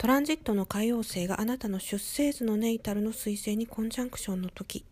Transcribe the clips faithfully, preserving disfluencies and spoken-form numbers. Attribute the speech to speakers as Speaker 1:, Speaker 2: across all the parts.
Speaker 1: トランジットの海王星があなたの出生図のネイタルの彗星にコンジャンクションの時。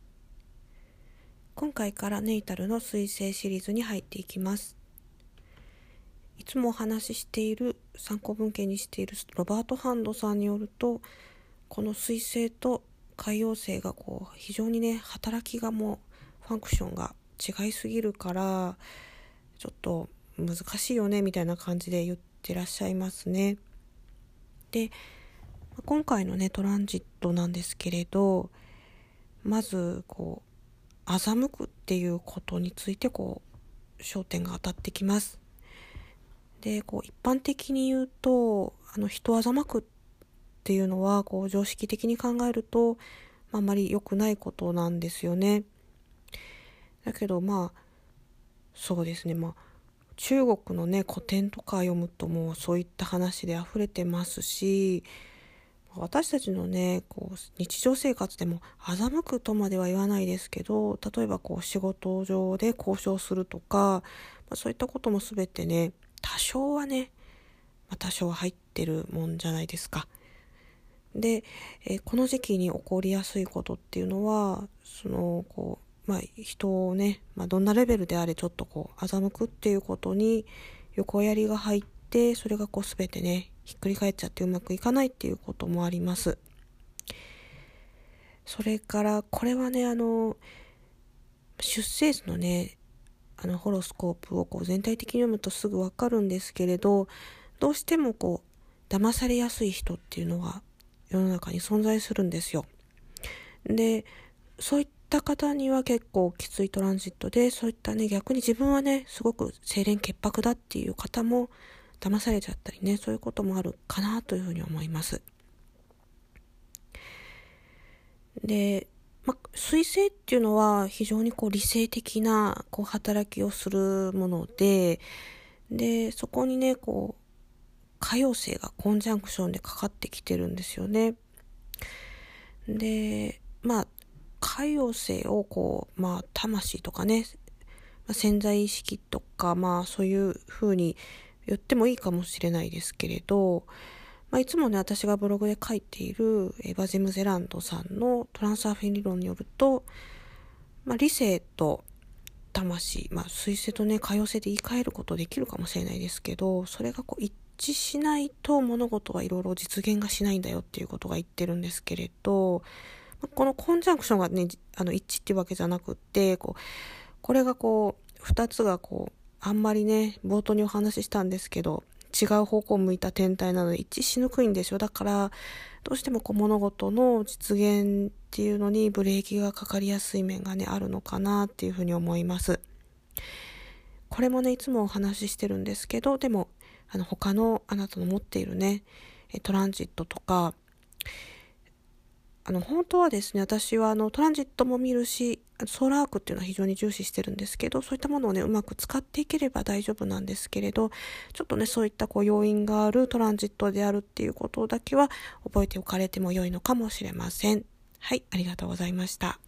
Speaker 1: 今回からネイタルの彗星シリーズに入っていきます。いつもお話ししている、参考文献にしているロバート・ハンドさんによると、この彗星と海王星がこう非常にね、働きがもうファンクションが違いすぎるからちょっと難しいよねみたいな感じで言ってらっしゃいますね。で、今回のねトランジットなんですけれど、まずこう欺くっていうことについてこう焦点が当たってきます。で、こう一般的に言うと、あの人を欺くっていうのはこう常識的に考えると、まあ、あまり良くないことなんですよね。だけどまあそうですね、まあ中国のね古典とか読むともうそういった話で溢れてますし、私たちのねこう日常生活でも欺くとまでは言わないですけど、例えばこう仕事上で交渉するとか、まあ、そういったことも全てね多少はね、まあ、多少は入ってるもんじゃないですか。で、えー、この時期に起こりやすいことっていうのは、そのこう、まあ、人をね、まあ、どんなレベルであれちょっとこう欺くっていうことに横やりが入って、それがこう全てねひっくり返っちゃってうまくいかないっていうこともあります。それからこれはね、あの出生図のねあのホロスコープをこう全体的に読むとすぐわかるんですけれど、どうしてもこう騙されやすい人っていうのは世の中に存在するんですよ。で、そういった方には結構きついトランジットで、そういったね逆に自分はねすごく清廉潔白だっていう方も騙されちゃったりね、そういうこともあるかなというふうに思います。で、ま、彗星っていうのは非常にこう理性的なこう働きをするもので、でそこにねこう海王星がコンジャンクションでかかってきてるんですよね。で、まあ海王星をこうまあ魂とかね、まあ、潜在意識とか、まあそういう風に言ってもいいかもしれないですけれど、まあ、いつもね私がブログで書いているエバジム・ゼランドさんのトランサーフィン理論によると、まあ、理性と魂、まあ、水星とね海王星で言い換えることできるかもしれないですけど、それがこう一致しないと物事はいろいろ実現がしないんだよっていうことが言ってるんですけれど、このコンジャンクションがねあの一致っていうわけじゃなくって、こうこれがこうふたつがこうあんまりね冒頭にお話ししたんですけど違う方向を向いた天体なので一致しにくいんですよ。だからどうしてもこう物事の実現っていうのにブレーキがかかりやすい面がねあるのかなっていうふうに思います。これもねいつもお話ししてるんですけど、でもあの他のあなたの持っているねトランジットとか、あの本当はですね、私はあのトランジットも見るし、ソーラーアークっていうのは非常に重視してるんですけど、そういったものをねうまく使っていければ大丈夫なんですけれど、ちょっとねそういったこう要因があるトランジットであるっていうことだけは覚えておかれても良いのかもしれません。はい、ありがとうございました。